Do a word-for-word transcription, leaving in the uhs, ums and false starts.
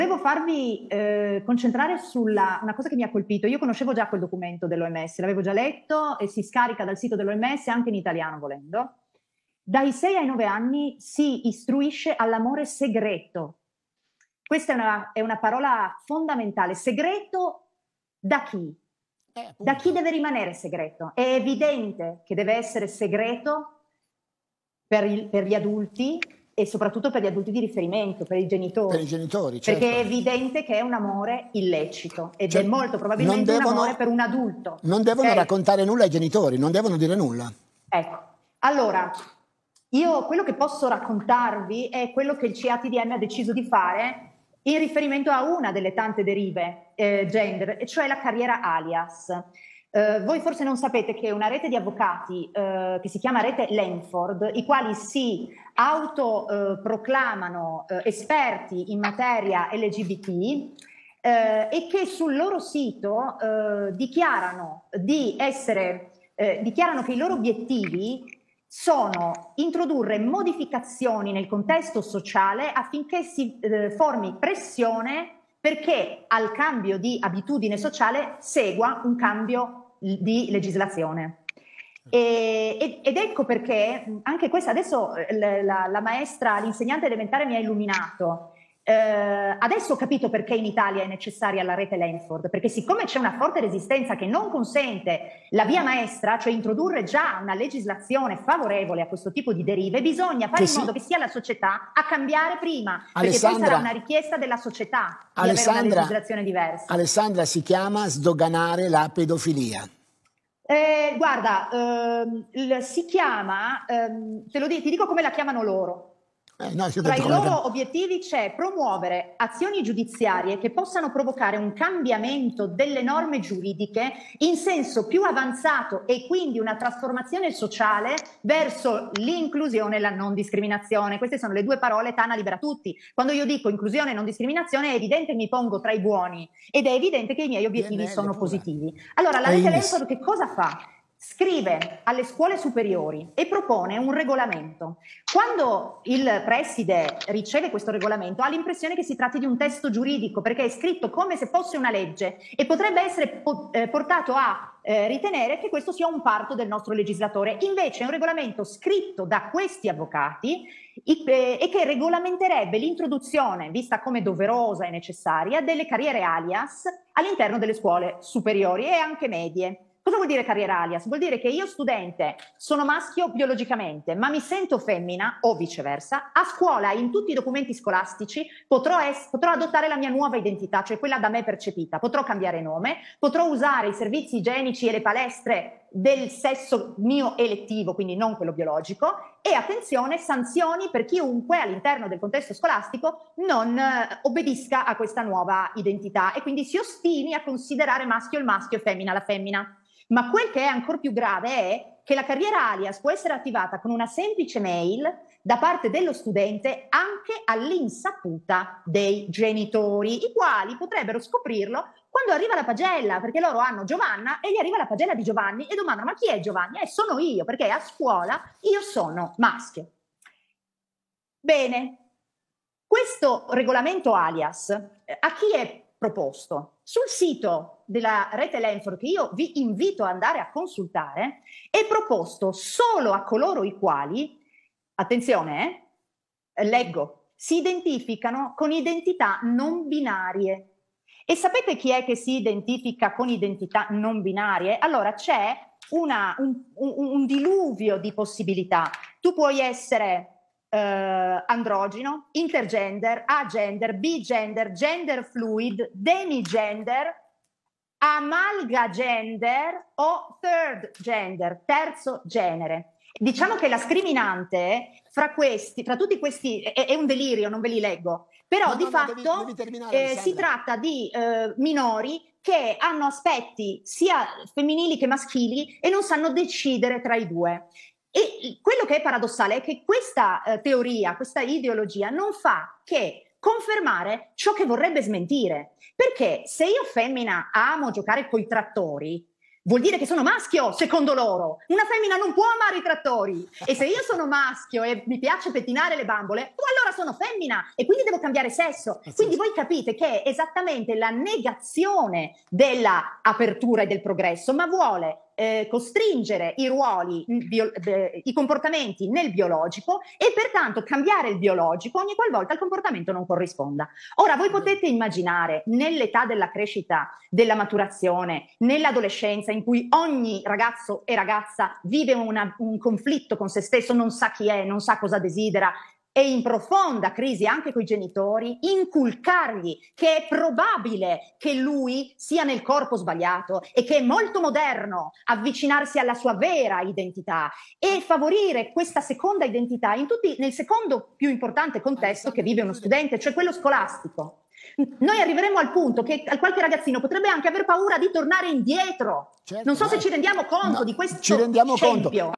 Devo farvi eh, concentrare sulla una cosa che mi ha colpito. Io conoscevo già quel documento dell'O M S, l'avevo già letto e si scarica dal sito dell'O M S anche in italiano volendo. Dai sei ai nove anni si istruisce all'amore segreto. Questa è una, è una parola fondamentale. Segreto da chi? Eh, Da chi deve rimanere segreto? È evidente che deve essere segreto per, il, per gli adulti e soprattutto per gli adulti di riferimento, per i genitori. Per i genitori, certo. Perché è evidente che è un amore illecito ed Cioè, è molto probabilmente non devono, un amore per un adulto. Non devono Okay? raccontare nulla ai genitori, non devono dire nulla. Ecco, allora, io quello che posso raccontarvi è quello che il C A T D M ha deciso di fare in riferimento a una delle tante derive eh, gender, e cioè la carriera alias. Eh, voi forse non sapete che una rete di avvocati eh, che si chiama rete Lanford, i quali si autoproclamano eh, eh, esperti in materia L G B T eh, e che sul loro sito eh, dichiarano di essere, eh, dichiarano che i loro obiettivi sono introdurre modificazioni nel contesto sociale affinché si eh, formi pressione perché al cambio di abitudine sociale segua un cambio di legislazione. E, ed ecco perché anche questa adesso la, la maestra, l'insegnante elementare mi ha illuminato. Eh, adesso ho capito perché in Italia è necessaria la rete Lanford, perché siccome c'è una forte resistenza che non consente la via maestra, cioè introdurre già una legislazione favorevole a questo tipo di derive, bisogna fare Che in si... modo che sia la società a cambiare prima, Alessandra, perché poi sarà una richiesta della società di Alessandra, avere una legislazione diversa. Alessandra, si chiama sdoganare la pedofilia. Eh, guarda, ehm, il, si chiama, ehm, te lo dico, ti dico come la chiamano loro. Eh, no, Tra i come... loro obiettivi c'è promuovere azioni giudiziarie che possano provocare un cambiamento delle norme giuridiche in senso più avanzato e quindi una trasformazione sociale verso l'inclusione e la non discriminazione. Queste sono le due parole Tana libera tutti. Quando io dico inclusione e non discriminazione è evidente che mi pongo tra i buoni ed è evidente che i miei obiettivi sono positivi. Allora la rete Lanford che cosa fa? Scrive alle scuole superiori e propone un regolamento. Quando il preside riceve questo regolamento ha l'impressione che si tratti di un testo giuridico perché è scritto come se fosse una legge e potrebbe essere po- eh, portato a eh, ritenere che questo sia un parto del nostro legislatore. Invece è un regolamento scritto da questi avvocati i, eh, e che regolamenterebbe l'introduzione, vista come doverosa e necessaria, delle carriere alias all'interno delle scuole superiori e anche medie. Cosa vuol dire carriera alias? Vuol dire che io studente sono maschio biologicamente, ma mi sento femmina o viceversa. A scuola, in tutti i documenti scolastici, potrò, es- potrò adottare la mia nuova identità, cioè quella da me percepita. Potrò cambiare nome, potrò usare i servizi igienici e le palestre del sesso mio elettivo, quindi non quello biologico, e attenzione, sanzioni per chiunque all'interno del contesto scolastico non eh, obbedisca a questa nuova identità e quindi si ostini a considerare maschio il maschio e femmina la femmina. Ma quel che è ancora più grave è che la carriera alias può essere attivata con una semplice mail da parte dello studente anche all'insaputa dei genitori, i quali potrebbero scoprirlo quando arriva la pagella, perché loro hanno Giovanna e gli arriva la pagella di Giovanni e domandano: ma chi è Giovanni? Eh, sono io, perché a scuola io sono maschio. Bene, questo regolamento alias eh, a chi è proposto? Sul sito della rete Lanford, che io vi invito ad andare a consultare, è proposto solo a coloro i quali, attenzione, eh, leggo, si identificano con identità non binarie. E sapete chi è che si identifica con identità non binarie? Allora c'è una, un, un, un diluvio di possibilità. Tu puoi essere Uh, androgeno, intergender, agender, bigender, gender fluid, demigender, amalgagender o third gender, terzo genere. Diciamo che la scriminante fra questi, fra tutti questi, è, è un delirio, non ve li leggo, però no, di no, fatto no, devi, devi eh, si tratta di eh, minori che hanno aspetti sia femminili che maschili e non sanno decidere tra i due. E quello che è paradossale è che questa eh, teoria, questa ideologia non fa che confermare ciò che vorrebbe smentire. Perché se io femmina amo giocare coi trattori, vuol dire che sono maschio, secondo loro. Una femmina non può amare i trattori. E se io sono maschio e mi piace pettinare le bambole, allora sono femmina e quindi devo cambiare sesso. Quindi voi capite che è esattamente la negazione della apertura e del progresso, ma vuole eh, costringere i ruoli, bio, eh, i comportamenti nel biologico e pertanto cambiare il biologico ogni qualvolta il comportamento non corrisponda. Ora voi potete immaginare nell'età della crescita, della maturazione, nell'adolescenza in cui ogni ragazzo e ragazza vive una, un conflitto con se stesso, non sa chi è, non sa cosa desidera, e in profonda crisi anche con i genitori, inculcargli che è probabile che lui sia nel corpo sbagliato e che è molto moderno avvicinarsi alla sua vera identità e favorire questa seconda identità in tutti, nel secondo più importante contesto che vive uno studente, cioè quello scolastico. Noi arriveremo al punto che qualche ragazzino potrebbe anche aver paura di tornare indietro. Certo, non so no, se ci rendiamo conto no, di questo ci rendiamo scempio. conto.